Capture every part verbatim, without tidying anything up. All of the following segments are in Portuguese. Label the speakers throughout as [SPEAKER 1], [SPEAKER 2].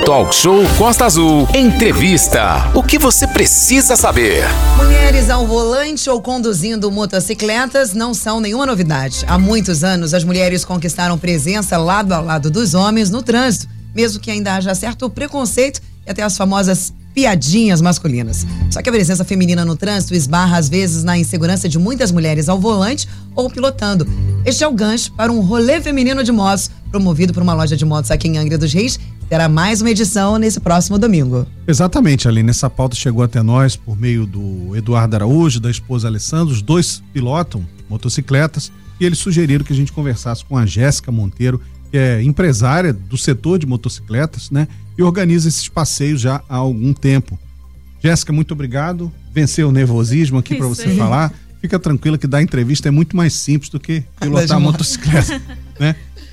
[SPEAKER 1] Talk Show Costa Azul. Entrevista. O que você precisa saber?
[SPEAKER 2] Mulheres ao volante ou conduzindo motocicletas não são nenhuma novidade. Há muitos anos, as mulheres conquistaram presença lado a lado dos homens no trânsito, mesmo que ainda haja certo preconceito e até as famosas piadinhas masculinas. Só que a presença feminina no trânsito esbarra às vezes na insegurança de muitas mulheres ao volante ou pilotando. Este é o gancho para um rolê feminino de motos, promovido por uma loja de motos aqui em Angra dos Reis, que terá mais uma edição nesse próximo domingo.
[SPEAKER 3] Exatamente, Aline. Essa pauta chegou até nós por meio do Eduardo Araújo, da esposa Alessandra. Os dois pilotam motocicletas e eles sugeriram que a gente conversasse com a Jéssica Monteiro, que é empresária do setor de motocicletas, né? E organiza esses passeios já há algum tempo. Jéssica, muito obrigado. Venceu o nervosismo aqui para você falar. Fica tranquila que dar entrevista é muito mais simples do que pilotar motocicleta, né?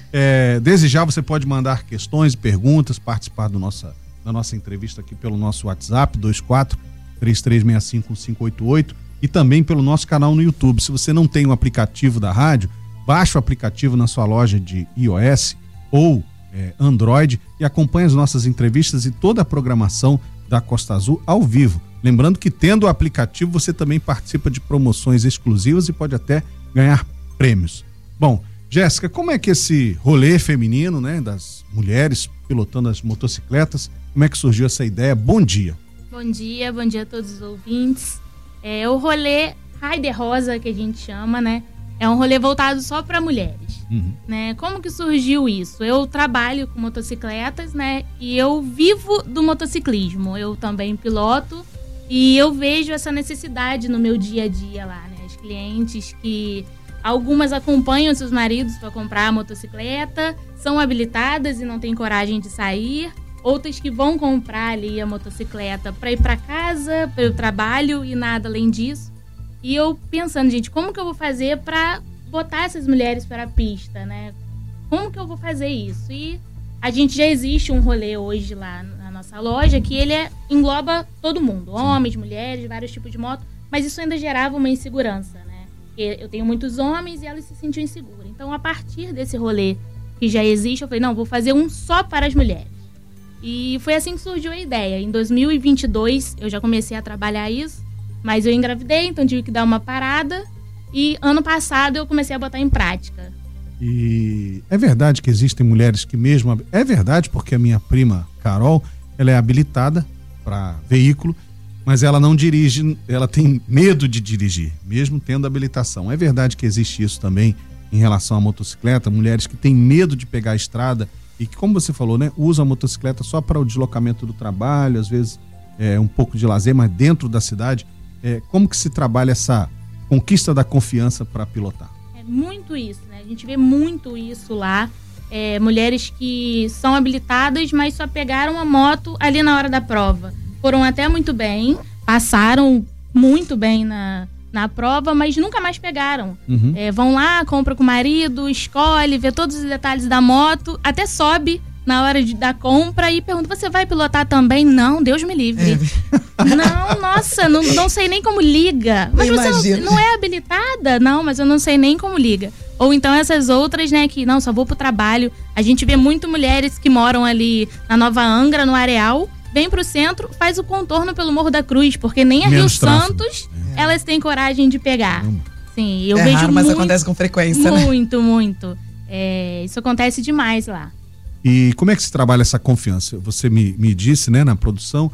[SPEAKER 3] É, desde já você pode mandar questões e perguntas, participar do nossa, da nossa entrevista aqui pelo nosso WhatsApp, dois quatro três três seis cinco cinco oito oito, e também pelo nosso canal no YouTube. Se você não tem o aplicativo da rádio, baixe o aplicativo na sua loja de iOS ou é, Android e acompanhe as nossas entrevistas e toda a programação da Costa Azul ao vivo. Lembrando que tendo o aplicativo você também participa de promoções exclusivas e pode até ganhar prêmios. Bom, Jéssica, como é que esse rolê feminino, né, das mulheres pilotando as motocicletas, como é que surgiu essa ideia? Bom dia.
[SPEAKER 4] Bom dia, bom dia a todos os ouvintes. É o rolê Rider Rosa, que a gente chama, né? É um rolê voltado só para mulheres, uhum. né? Como que surgiu isso? Eu trabalho com motocicletas, né? E eu vivo do motociclismo. Eu também piloto e eu vejo essa necessidade no meu dia a dia lá, né? As clientes que algumas acompanham seus maridos para comprar a motocicleta, são habilitadas e não têm coragem de sair. Outras que vão comprar ali a motocicleta para ir para casa, para o trabalho e nada além disso. E eu pensando, gente, como que eu vou fazer para botar essas mulheres para a pista, né? Como que eu vou fazer isso? E a gente já existe um rolê hoje lá na nossa loja que ele é, engloba todo mundo, homens, mulheres, vários tipos de moto, mas isso ainda gerava uma insegurança, né? Eu tenho muitos homens e elas se sentiam inseguras. Então, a partir desse rolê que já existe, eu falei, não, vou fazer um só para as mulheres. E foi assim que surgiu a ideia. Em dois mil e vinte e dois, eu já comecei a trabalhar isso, mas eu engravidei, então tive que dar uma parada. E ano passado eu comecei a botar em prática.
[SPEAKER 3] E é verdade que existem mulheres que mesmo... É verdade, porque a minha prima, Carol, ela é habilitada para veículo, mas ela não dirige, ela tem medo de dirigir, mesmo tendo habilitação. É verdade que existe isso também em relação à motocicleta, mulheres que têm medo de pegar a estrada e que, como você falou, né, usam a motocicleta só para o deslocamento do trabalho, às vezes é, um pouco de lazer, mas dentro da cidade. É, como que se trabalha essa conquista da confiança para pilotar?
[SPEAKER 4] É muito isso, né? A gente vê muito isso lá. É, mulheres que são habilitadas, mas só pegaram a moto ali na hora da prova. Foram até muito bem, passaram muito bem na, na prova, mas nunca mais pegaram. Uhum. É, vão lá, compra com o marido, escolhe, vê todos os detalhes da moto, até sobe na hora de, da compra e pergunta, você vai pilotar também? Não, Deus me livre. É. Não, nossa, não, não sei nem como liga. Mas você não, não é habilitada? Não, mas eu não sei nem como liga. Ou então essas outras, né, que não, só vou pro trabalho. A gente vê muito mulheres que moram ali na Nova Angra, no Areal, vem pro centro, faz o contorno pelo Morro da Cruz, porque nem a Rio Santos é. elas têm coragem de pegar. Sim, eu
[SPEAKER 2] é
[SPEAKER 4] vejo
[SPEAKER 2] raro,
[SPEAKER 4] muito,
[SPEAKER 2] mas acontece com frequência, né?
[SPEAKER 4] Muito, muito. É, isso acontece demais lá.
[SPEAKER 3] E como é que se trabalha essa confiança? Você me, me disse, né, na produção,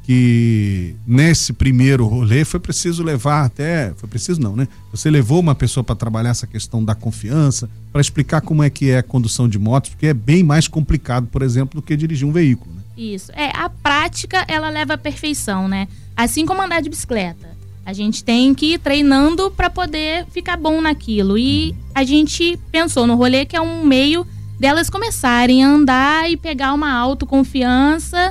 [SPEAKER 3] que nesse primeiro rolê foi preciso levar até, foi preciso não, né? Você levou uma pessoa para trabalhar essa questão da confiança, para explicar como é que é a condução de motos, porque é bem mais complicado, por exemplo, do que dirigir um veículo, né?
[SPEAKER 4] Isso, é, a prática ela leva à perfeição, né? Assim como andar de bicicleta. A gente tem que ir treinando para poder ficar bom naquilo. E a gente pensou no rolê que é um meio delas começarem a andar e pegar uma autoconfiança,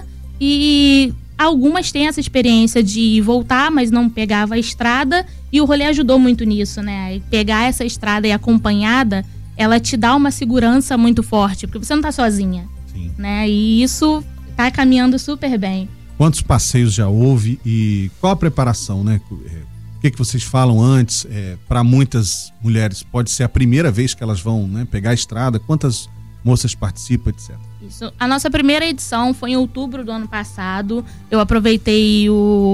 [SPEAKER 4] e algumas têm essa experiência de voltar, mas não pegava a estrada, e o rolê ajudou muito nisso, né? Pegar essa estrada e acompanhada, ela te dá uma segurança muito forte, porque você não tá sozinha. Sim. Né? E isso tá caminhando super bem.
[SPEAKER 3] Quantos passeios já houve e qual a preparação, né? O que, que vocês falam antes? É, para muitas mulheres pode ser a primeira vez que elas vão, né, pegar a estrada. Quantas moças participam, etcétera?
[SPEAKER 4] Isso. A nossa primeira edição foi em outubro do ano passado. Eu aproveitei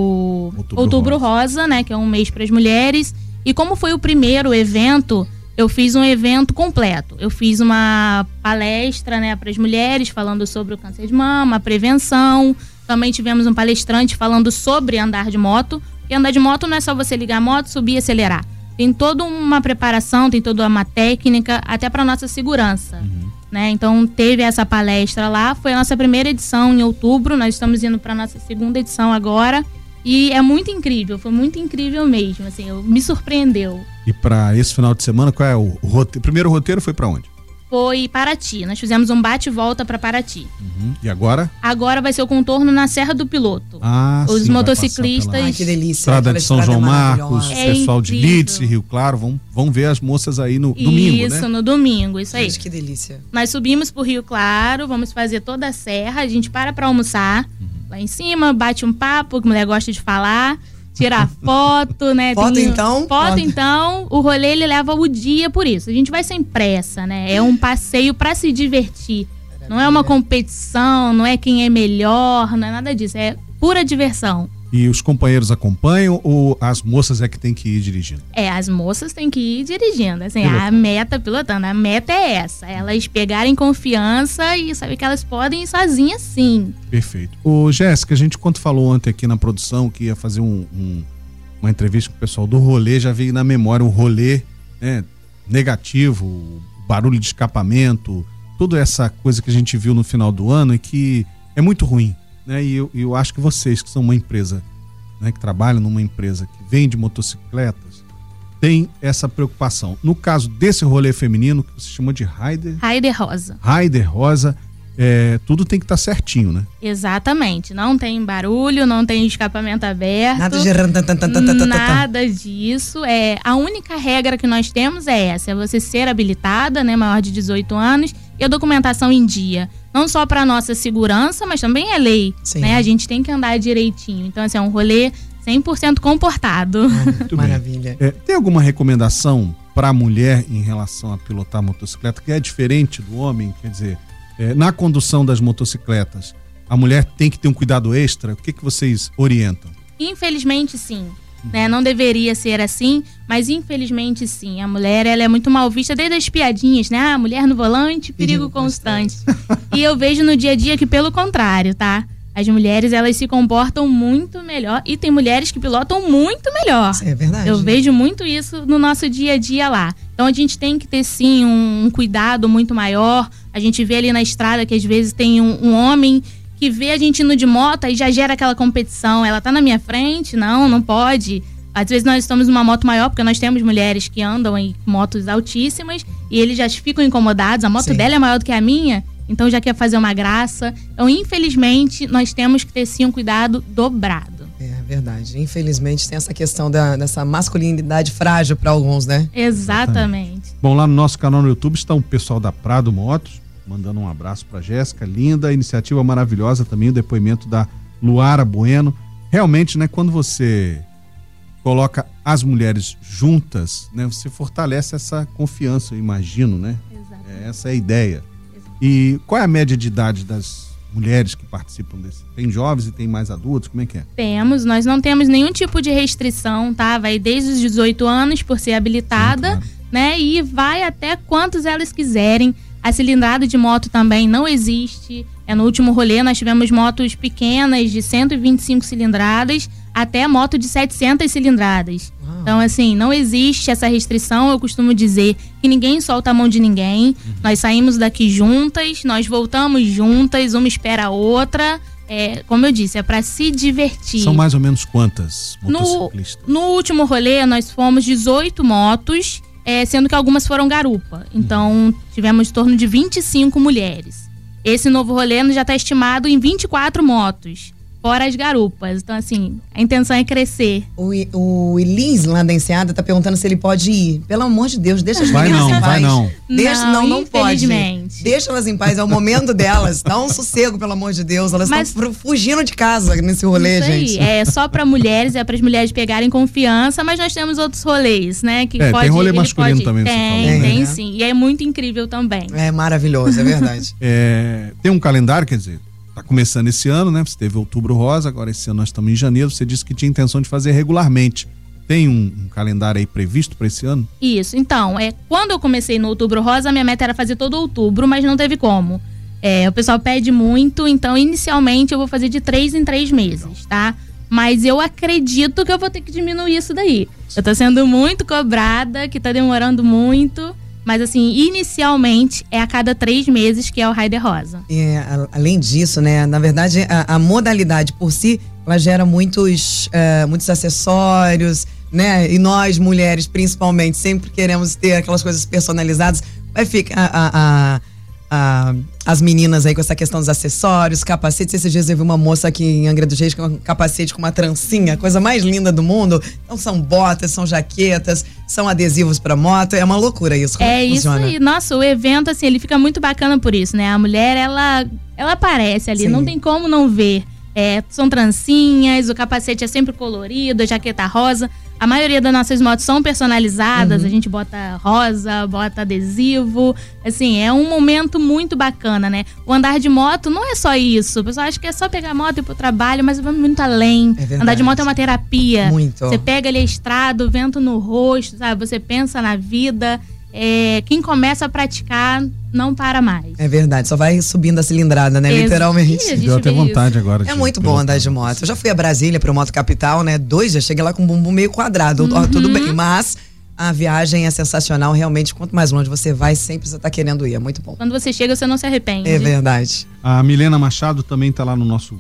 [SPEAKER 4] o Outubro, outubro Rosa. Rosa, né, que é um mês para as mulheres. E como foi o primeiro evento, eu fiz um evento completo. Eu fiz uma palestra, né, para as mulheres falando sobre o câncer de mama, a prevenção. Também tivemos um palestrante falando sobre andar de moto. Porque andar de moto não é só você ligar a moto, subir e acelerar. Tem toda uma preparação, tem toda uma técnica, até para nossa segurança. Uhum. Né? Então teve essa palestra lá, foi a nossa primeira edição em outubro, nós estamos indo para nossa segunda edição agora e é muito incrível, foi muito incrível mesmo, assim, eu, me surpreendeu.
[SPEAKER 3] E para esse final de semana, qual é o, o roteiro? O primeiro roteiro foi para onde?
[SPEAKER 4] Foi Paraty, nós fizemos um bate e volta para Paraty.
[SPEAKER 3] Uhum. E agora?
[SPEAKER 4] Agora vai ser o contorno na Serra do Piloto.
[SPEAKER 3] Ah,
[SPEAKER 4] Os
[SPEAKER 3] sim,
[SPEAKER 4] motociclistas.
[SPEAKER 2] Ai, que delícia.
[SPEAKER 3] Estrada de São João Marcos,
[SPEAKER 4] é
[SPEAKER 3] pessoal
[SPEAKER 4] incrível.
[SPEAKER 3] de Lídice, Rio Claro, vão, vão ver as moças aí no
[SPEAKER 4] isso,
[SPEAKER 3] domingo, né?
[SPEAKER 4] Isso, no domingo, isso aí.
[SPEAKER 2] Gente, que delícia.
[SPEAKER 4] Nós subimos pro Rio Claro, vamos fazer toda a serra, a gente para pra almoçar. Uhum. Lá em cima, bate um papo, que a mulher gosta de falar. Tirar foto, né?
[SPEAKER 2] Foto
[SPEAKER 4] Tem,
[SPEAKER 2] então?
[SPEAKER 4] Foto então. O rolê, ele leva o dia por isso. A gente vai sem pressa, né? É um passeio pra se divertir. Não é uma competição, não é quem é melhor, não é nada disso. É pura diversão.
[SPEAKER 3] E os companheiros acompanham ou as moças é que tem que ir dirigindo?
[SPEAKER 4] É, as moças têm que ir dirigindo. Assim, pilotando. A meta, pilotando, a meta é essa. Elas pegarem confiança e saber que elas podem ir sozinhas, sim.
[SPEAKER 3] Perfeito. Ô, Jéssica, a gente, quando falou ontem aqui na produção que ia fazer um, um, uma entrevista com o pessoal do rolê, já veio na memória o rolê, né, negativo, o barulho de escapamento, toda essa coisa que a gente viu no final do ano e que é muito ruim. Né? E eu, eu acho que vocês, que são uma empresa, né, que trabalham numa empresa que vende motocicletas, tem essa preocupação. No caso desse rolê feminino, que você chamou de Rider...
[SPEAKER 4] Rider Rosa.
[SPEAKER 3] Rider Rosa, é, tudo tem que estar tá certinho, né?
[SPEAKER 4] Exatamente. Não tem barulho, não tem escapamento aberto.
[SPEAKER 2] Nada de...
[SPEAKER 4] Nada disso. É, a única regra que nós temos é essa, é você ser habilitada, né, maior de dezoito anos, e a documentação em dia. Não só para nossa segurança, mas também é lei, né? A gente tem que andar direitinho. Então, assim, é um rolê cem por cento comportado.
[SPEAKER 2] Ah, maravilha.
[SPEAKER 3] É, tem alguma recomendação para a mulher em relação a pilotar motocicleta que é diferente do homem? Quer dizer, é, na condução das motocicletas, a mulher tem que ter um cuidado extra? O que, que vocês orientam?
[SPEAKER 4] Infelizmente, sim. Né? Não deveria ser assim, mas infelizmente sim. A mulher, ela é muito mal vista desde as piadinhas, né? Ah, mulher no volante, perigo, perigo constante. constante. E eu vejo no dia a dia que pelo contrário, tá? As mulheres, elas se comportam muito melhor e tem mulheres que pilotam muito melhor.
[SPEAKER 2] Isso é verdade.
[SPEAKER 4] Eu vejo muito isso no nosso dia a dia lá. Então a gente tem que ter sim um, um cuidado muito maior. A gente vê ali na estrada que às vezes tem um, um homem que vê a gente indo de moto e já gera aquela competição. Ela tá na minha frente? Não, não pode. Às vezes nós estamos numa moto maior, porque nós temos mulheres que andam em motos altíssimas e eles já ficam incomodados. A moto sim. dela é maior do que a minha, então já quer fazer uma graça. Então, infelizmente, nós temos que ter sim um cuidado dobrado.
[SPEAKER 2] É verdade. Infelizmente tem essa questão da, dessa masculinidade frágil para alguns, né?
[SPEAKER 4] Exatamente.
[SPEAKER 3] Bom, lá no nosso canal no YouTube está o pessoal da Prado Motos, mandando um abraço para Jéssica, linda, iniciativa maravilhosa também, o depoimento da Luara Bueno. Realmente, né, quando você coloca as mulheres juntas, né, você fortalece essa confiança, eu imagino, né?
[SPEAKER 4] Exatamente.
[SPEAKER 3] Essa é a ideia. Exatamente. E qual é a média de idade das mulheres que participam desse? Tem jovens e tem mais adultos? Como é que é?
[SPEAKER 4] Temos, nós não temos nenhum tipo de restrição, tá? Vai desde os dezoito anos por ser habilitada, sim, claro, né? E vai até quantos elas quiserem. A cilindrada de moto também não existe. É, no último rolê nós tivemos motos pequenas de cento e vinte e cinco cilindradas até moto de setecentas cilindradas. Uau. Então, assim, não existe essa restrição. Eu costumo dizer que ninguém solta a mão de ninguém. Uhum. Nós saímos daqui juntas, nós voltamos juntas, uma espera a outra. É, como eu disse, é para se divertir.
[SPEAKER 3] São mais ou menos quantas motociclistas?
[SPEAKER 4] No, no último rolê nós fomos dezoito motos, É, sendo que algumas foram garupa. Então, tivemos em torno de vinte e cinco mulheres. Esse novo rolê já está estimado em vinte e quatro motos. fora as garupas. Então, assim, a intenção é crescer.
[SPEAKER 2] O, o Elins, lá da Enseada, tá perguntando se ele pode ir. Pelo amor de Deus, deixa as
[SPEAKER 3] vai
[SPEAKER 2] meninas
[SPEAKER 3] não,
[SPEAKER 2] em paz.
[SPEAKER 3] Vai não,
[SPEAKER 2] Deixa, não, não pode. Deixa elas em paz, é o momento delas. Dá um sossego, pelo amor de Deus. Elas estão fugindo de casa nesse rolê,
[SPEAKER 4] isso aí,
[SPEAKER 2] gente.
[SPEAKER 4] É só pra mulheres, é para as mulheres pegarem confiança, mas nós temos outros rolês, né? Que
[SPEAKER 3] é,
[SPEAKER 4] pode,
[SPEAKER 3] tem rolê masculino
[SPEAKER 4] pode,
[SPEAKER 3] também,
[SPEAKER 4] tem,
[SPEAKER 3] você falou,
[SPEAKER 4] tem,
[SPEAKER 3] né?
[SPEAKER 4] tem sim. E é muito incrível também.
[SPEAKER 2] É maravilhoso, é verdade.
[SPEAKER 3] é, tem um calendário, quer dizer, tá começando esse ano, né? Você teve Outubro Rosa, agora esse ano nós estamos em janeiro. Você disse que tinha intenção de fazer regularmente. Tem um, um calendário aí previsto para esse ano?
[SPEAKER 4] Isso, então, é, quando eu comecei no Outubro Rosa, a minha meta era fazer todo outubro, mas não teve como. É, o pessoal pede muito, então inicialmente eu vou fazer de três em três meses, tá? Mas eu acredito que eu vou ter que diminuir isso daí. Eu tô sendo muito cobrada, que tá demorando muito. Mas assim, inicialmente é a cada três meses que é o Raider Rosa.
[SPEAKER 2] É, a, além disso, né, na verdade a, a modalidade por si, ela gera muitos, uh, muitos acessórios, né, e nós mulheres principalmente sempre queremos ter aquelas coisas personalizadas. Vai ficar a, a, a, a, as meninas aí com essa questão dos acessórios, capacetes. Esses dias eu vi uma moça aqui em Angra dos Reis com um capacete com uma trancinha, coisa mais linda do mundo. Então são botas, são jaquetas, são adesivos pra moto, é uma loucura isso. Como
[SPEAKER 4] é
[SPEAKER 2] funciona?
[SPEAKER 4] Isso aí, nossa, o evento assim, ele fica muito bacana por isso, né? A mulher, ela, ela aparece ali, sim, não tem como não ver. É, são trancinhas, o capacete é sempre colorido, a jaqueta rosa. A maioria das nossas motos são personalizadas, uhum. A gente bota rosa, bota adesivo. Assim, é um momento muito bacana, né? O andar de moto não é só isso. O pessoal acha que é só pegar a moto e ir pro trabalho, mas vamos muito além. É andar de moto é uma terapia.
[SPEAKER 2] Muito.
[SPEAKER 4] Você pega ali a estrada, o vento no rosto, sabe? Você pensa na vida. É, quem começa a praticar não para mais.
[SPEAKER 2] É verdade, só vai subindo a cilindrada, né?
[SPEAKER 4] Ex
[SPEAKER 2] Literalmente.
[SPEAKER 3] Deu até vontade isso. agora.
[SPEAKER 2] É muito bom andar de moto. Eu já fui a Brasília pro Moto Capital, né? Dois, já cheguei lá com um bumbum meio quadrado. Uhum. Tudo bem, mas a viagem é sensacional. Realmente, quanto mais longe você vai, sempre você tá querendo ir. É muito bom.
[SPEAKER 4] Quando você chega, você não se arrepende.
[SPEAKER 2] É verdade.
[SPEAKER 3] A Milena Machado também tá lá no nosso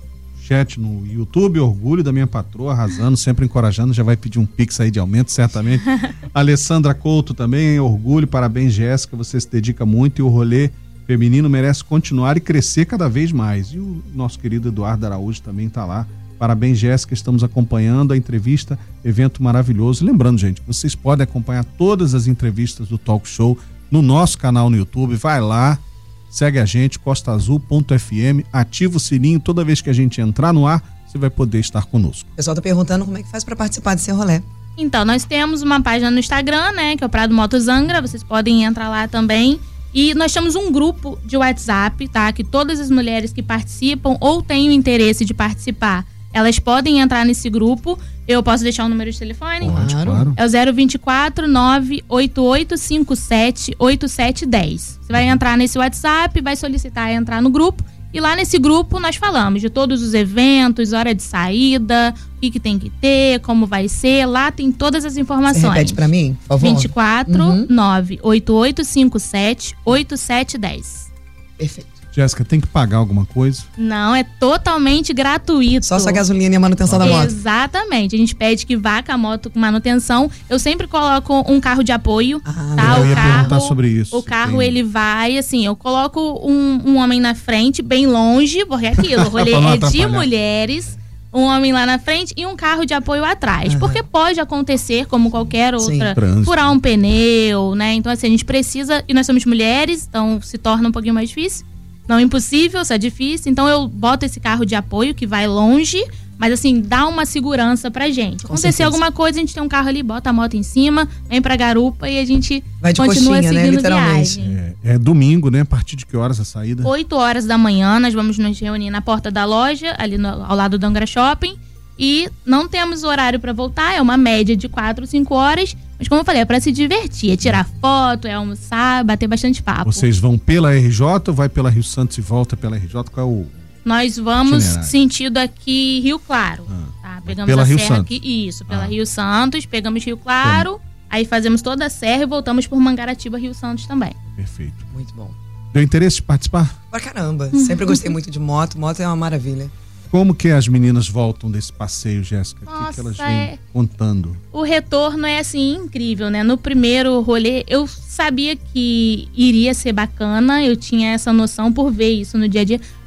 [SPEAKER 3] chat no YouTube, orgulho da minha patroa, arrasando, sempre encorajando, já vai pedir um pix aí de aumento, certamente. Alessandra Couto também, orgulho, parabéns, Jéssica, você se dedica muito e o rolê feminino merece continuar e crescer cada vez mais. E o nosso querido Eduardo Araújo também tá lá. Parabéns, Jéssica, estamos acompanhando a entrevista, evento maravilhoso. Lembrando, gente, vocês podem acompanhar todas as entrevistas do Talk Show no nosso canal no YouTube, vai lá, segue a gente, costa azul ponto f m, ativa o sininho, toda vez que a gente entrar no ar, você vai poder estar conosco.
[SPEAKER 2] O pessoal tá perguntando como é que faz para participar desse rolê.
[SPEAKER 4] Então, nós temos uma página no Instagram, né, que é o Prado Motos Angra, vocês podem entrar lá também. E nós temos um grupo de WhatsApp, tá, que todas as mulheres que participam ou têm o interesse de participar, elas podem entrar nesse grupo. Eu posso deixar o número de telefone?
[SPEAKER 3] Pode, claro.
[SPEAKER 4] É o zero vinte e quatro, nove oito oito cinco sete, oito sete um zero. Você vai entrar nesse WhatsApp, vai solicitar entrar no grupo. E lá nesse grupo nós falamos de todos os eventos, hora de saída, o que, que tem que ter, como vai ser. Lá tem todas as informações.
[SPEAKER 2] Você repete pra mim, por favor.
[SPEAKER 4] vinte e quatro, nove oito oito cinco sete, oito sete um zero.
[SPEAKER 2] Perfeito.
[SPEAKER 3] Jéssica, tem que pagar alguma coisa?
[SPEAKER 4] Não, é totalmente gratuito.
[SPEAKER 2] Só essa gasolina e a manutenção da moto.
[SPEAKER 4] Exatamente. A gente pede que vá com a moto com manutenção. Eu sempre coloco um carro de apoio.
[SPEAKER 2] Ah,
[SPEAKER 4] tá?
[SPEAKER 3] Eu
[SPEAKER 4] o
[SPEAKER 3] ia
[SPEAKER 4] carro,
[SPEAKER 3] perguntar sobre isso.
[SPEAKER 4] O carro,
[SPEAKER 3] tem...
[SPEAKER 4] ele vai, assim, eu coloco um, um homem na frente, bem longe, porque é aquilo, o rolê
[SPEAKER 3] Pra não
[SPEAKER 4] é de
[SPEAKER 3] atrapalhar.
[SPEAKER 4] mulheres, um homem lá na frente e um carro de apoio atrás.
[SPEAKER 2] Uhum.
[SPEAKER 4] Porque pode acontecer, como qualquer outra,
[SPEAKER 3] Trânsito.
[SPEAKER 4] furar um pneu, né? Então, assim, a gente precisa, e nós somos mulheres, então se torna um pouquinho mais difícil. Não impossível, se é difícil. Então eu boto esse carro de apoio que vai longe, mas assim, dá uma segurança pra gente. Acontecer alguma coisa, a gente tem um carro ali, bota a moto em cima, vem pra garupa e a gente
[SPEAKER 2] vai de
[SPEAKER 4] continua
[SPEAKER 2] coxinha,
[SPEAKER 4] seguindo,
[SPEAKER 2] né? Literalmente.
[SPEAKER 4] viagem.
[SPEAKER 3] É, é domingo, né? A partir de que horas a saída?
[SPEAKER 4] oito horas da manhã, nós vamos nos reunir na porta da loja, ali no, ao lado do Angra Shopping. E não temos horário pra voltar, é uma média de quatro, cinco horas. Mas como eu falei, é pra se divertir, é tirar foto, é almoçar, bater bastante papo.
[SPEAKER 3] Vocês vão pela R J ou vai pela Rio Santos e volta pela R J? Qual é o...
[SPEAKER 4] Nós vamos
[SPEAKER 3] itinerário?
[SPEAKER 4] Sentido aqui Rio Claro,
[SPEAKER 3] Ah,
[SPEAKER 4] tá? Pegamos
[SPEAKER 3] pela
[SPEAKER 4] a
[SPEAKER 3] Rio
[SPEAKER 4] serra
[SPEAKER 3] Santos.
[SPEAKER 4] aqui, isso, pela
[SPEAKER 3] Ah.
[SPEAKER 4] Rio Santos, pegamos Rio Claro, aí fazemos toda a serra e voltamos por Mangaratiba, Rio Santos também.
[SPEAKER 3] Perfeito.
[SPEAKER 2] Muito bom.
[SPEAKER 3] Deu interesse de participar?
[SPEAKER 2] Pra caramba. Sempre gostei muito de moto. Moto é uma maravilha.
[SPEAKER 3] Como que as meninas voltam desse passeio, Jéssica? O que,
[SPEAKER 4] Nossa,
[SPEAKER 3] que elas vêm
[SPEAKER 4] é-
[SPEAKER 3] contando?
[SPEAKER 4] O retorno é assim, incrível, né? No primeiro rolê, eu sabia que iria ser bacana, eu tinha essa noção por ver isso no dia a dia,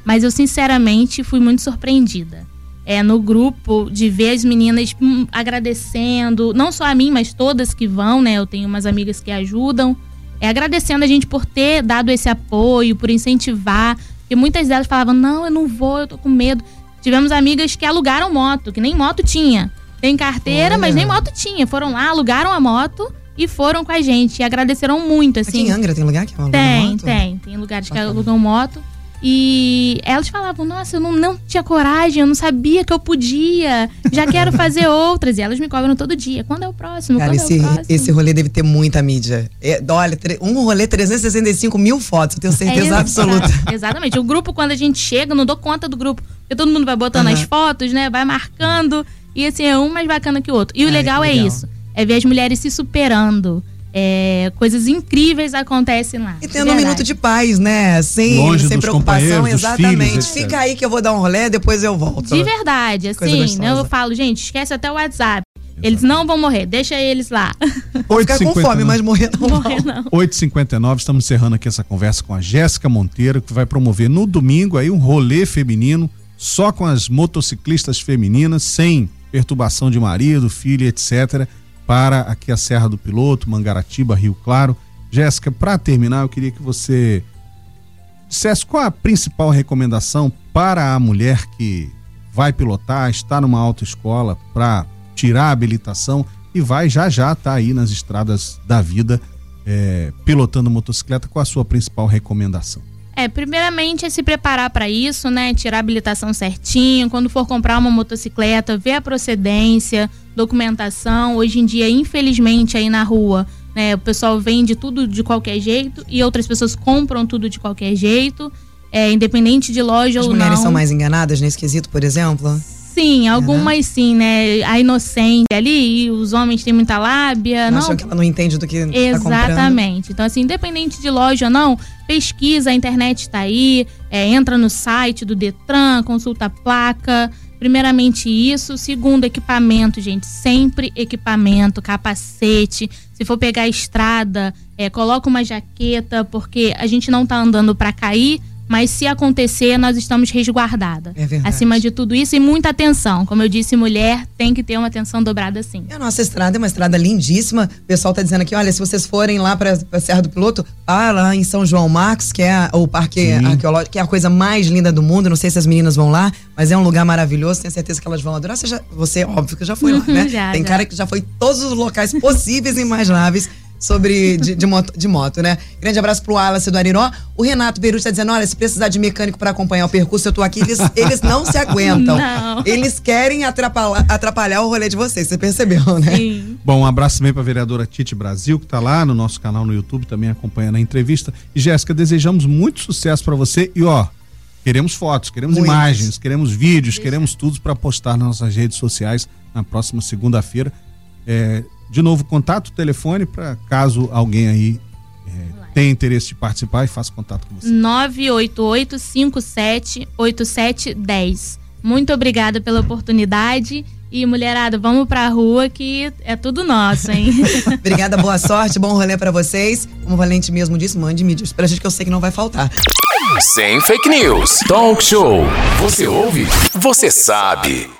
[SPEAKER 4] mas eu sinceramente fui muito surpreendida. É, no grupo, de ver as meninas hum, agradecendo, não só a mim, mas todas que vão, né? Eu tenho umas amigas que ajudam. É, agradecendo a gente por ter dado esse apoio, por incentivar. Porque muitas delas falavam, não, eu não vou, eu tô com medo. Tivemos amigas que alugaram moto, que nem moto tinha. Tem carteira, Olha. mas nem moto tinha. Foram lá, alugaram a moto e foram com a gente. E agradeceram muito, assim.
[SPEAKER 2] Aqui em Angra tem lugar que aluga
[SPEAKER 4] Tem,
[SPEAKER 2] moto?
[SPEAKER 4] tem. Tem lugares que alugam moto. E elas falavam, nossa, eu não, não tinha coragem, eu não sabia que eu podia. Já quero fazer outras. E elas me cobram todo dia. Quando é o próximo?
[SPEAKER 2] Cara,
[SPEAKER 4] Quando
[SPEAKER 2] esse,
[SPEAKER 4] é o próximo?
[SPEAKER 2] esse rolê deve ter muita mídia. É, olha, um rolê, trezentos e sessenta e cinco mil fotos, eu tenho certeza
[SPEAKER 4] é,
[SPEAKER 2] absoluta.
[SPEAKER 4] Exatamente. O grupo, quando a gente chega, eu não dou conta do grupo. Porque todo mundo vai botando uhum. as fotos, né? Vai marcando. E assim, é um mais bacana que o outro. E o legal, legal é isso. É ver as mulheres se superando. É, coisas incríveis acontecem lá.
[SPEAKER 2] E tendo um minuto de paz, né? Sem,
[SPEAKER 3] Longe
[SPEAKER 2] sem
[SPEAKER 3] dos
[SPEAKER 2] preocupação, exatamente.
[SPEAKER 3] Filhos,
[SPEAKER 2] Fica aí que eu vou dar um rolê, depois eu volto.
[SPEAKER 4] De verdade, assim, né? Eu falo, gente, esquece até o WhatsApp. Exatamente. Eles não vão morrer, deixa eles lá.
[SPEAKER 2] Vou ficar com fome, mas morrer não
[SPEAKER 4] morrer não.
[SPEAKER 3] oito e cinquenta e nove, estamos encerrando aqui essa conversa com a Jéssica Monteiro, que vai promover no domingo aí um rolê feminino, só com as motociclistas femininas, sem perturbação de marido, filho, etcétera, para aqui a Serra do Piloto, Mangaratiba, Rio Claro. Jéssica, para terminar, eu queria que você dissesse qual a principal recomendação para a mulher que vai pilotar, está numa autoescola para tirar a habilitação e vai já já tá aí nas estradas da vida é, pilotando motocicleta. Qual a sua principal recomendação?
[SPEAKER 4] É, primeiramente é se preparar para isso, né? Tirar a habilitação certinho. Quando for comprar uma motocicleta, ver a procedência, documentação. Hoje em dia, infelizmente, aí na rua, né, o pessoal vende tudo de qualquer jeito e outras pessoas compram tudo de qualquer jeito, é, independente de loja
[SPEAKER 2] As
[SPEAKER 4] ou não.
[SPEAKER 2] As mulheres são mais enganadas nesse quesito, por exemplo?
[SPEAKER 4] Sim, algumas é, né? sim, né? A inocente ali, e os homens têm muita lábia.
[SPEAKER 2] Não
[SPEAKER 4] acham
[SPEAKER 2] que ela não entende do que
[SPEAKER 4] Exatamente.
[SPEAKER 2] Tá comprando.
[SPEAKER 4] Exatamente. Então, assim, independente de loja ou não, pesquisa, a internet está aí, é, entra no site do Detran, consulta a placa. Primeiramente isso. Segundo, equipamento, gente. Sempre equipamento, capacete. Se for pegar a estrada, é, coloca uma jaqueta, porque a gente não tá andando para cair, mas se acontecer, nós estamos resguardadas.
[SPEAKER 2] É verdade.
[SPEAKER 4] Acima de tudo isso, e muita atenção. Como eu disse, mulher tem que ter uma atenção dobrada sim.
[SPEAKER 2] E a nossa estrada é uma estrada lindíssima. O pessoal tá dizendo aqui, olha, se vocês forem lá pra, pra Serra do Piloto, ah, lá em São João Marcos, que é o Parque sim. Arqueológico, que é a coisa mais linda do mundo. Não sei se as meninas vão lá, mas é um lugar maravilhoso. Tenho certeza que elas vão adorar. Você, já, você óbvio que já foi lá, né?
[SPEAKER 4] já,
[SPEAKER 2] Tem
[SPEAKER 4] já.
[SPEAKER 2] cara que já foi em todos os locais possíveis e imagináveis sobre de, de, moto, de moto, né? Grande abraço pro Wallace do Ariró. O Renato Beruti tá dizendo, olha, se precisar de mecânico para acompanhar o percurso, eu tô aqui. Eles, eles não se aguentam.
[SPEAKER 4] Não.
[SPEAKER 2] Eles querem atrapalhar, atrapalhar o rolê de vocês, você percebeu, né?
[SPEAKER 4] Sim.
[SPEAKER 3] Bom, um abraço também pra vereadora Tite Brasil, que tá lá no nosso canal no YouTube, também acompanhando a entrevista. E Jéssica, desejamos muito sucesso para você e ó, queremos fotos, queremos Muitas. imagens, queremos vídeos, Deixa. queremos tudo para postar nas nossas redes sociais na próxima segunda-feira. É, de novo, contato, telefone, para caso alguém aí é, tenha interesse de participar e faça contato com você.
[SPEAKER 4] nove oito oito, cinco sete, oito sete um zero. Muito obrigada pela oportunidade e, mulherada, vamos pra rua que é tudo nosso, hein?
[SPEAKER 2] Obrigada, boa sorte, bom rolê pra vocês. Como o Valente mesmo disse, mande mídias pra gente que eu sei que não vai faltar.
[SPEAKER 1] Sem fake news. Talk show. Você ouve? Você sabe.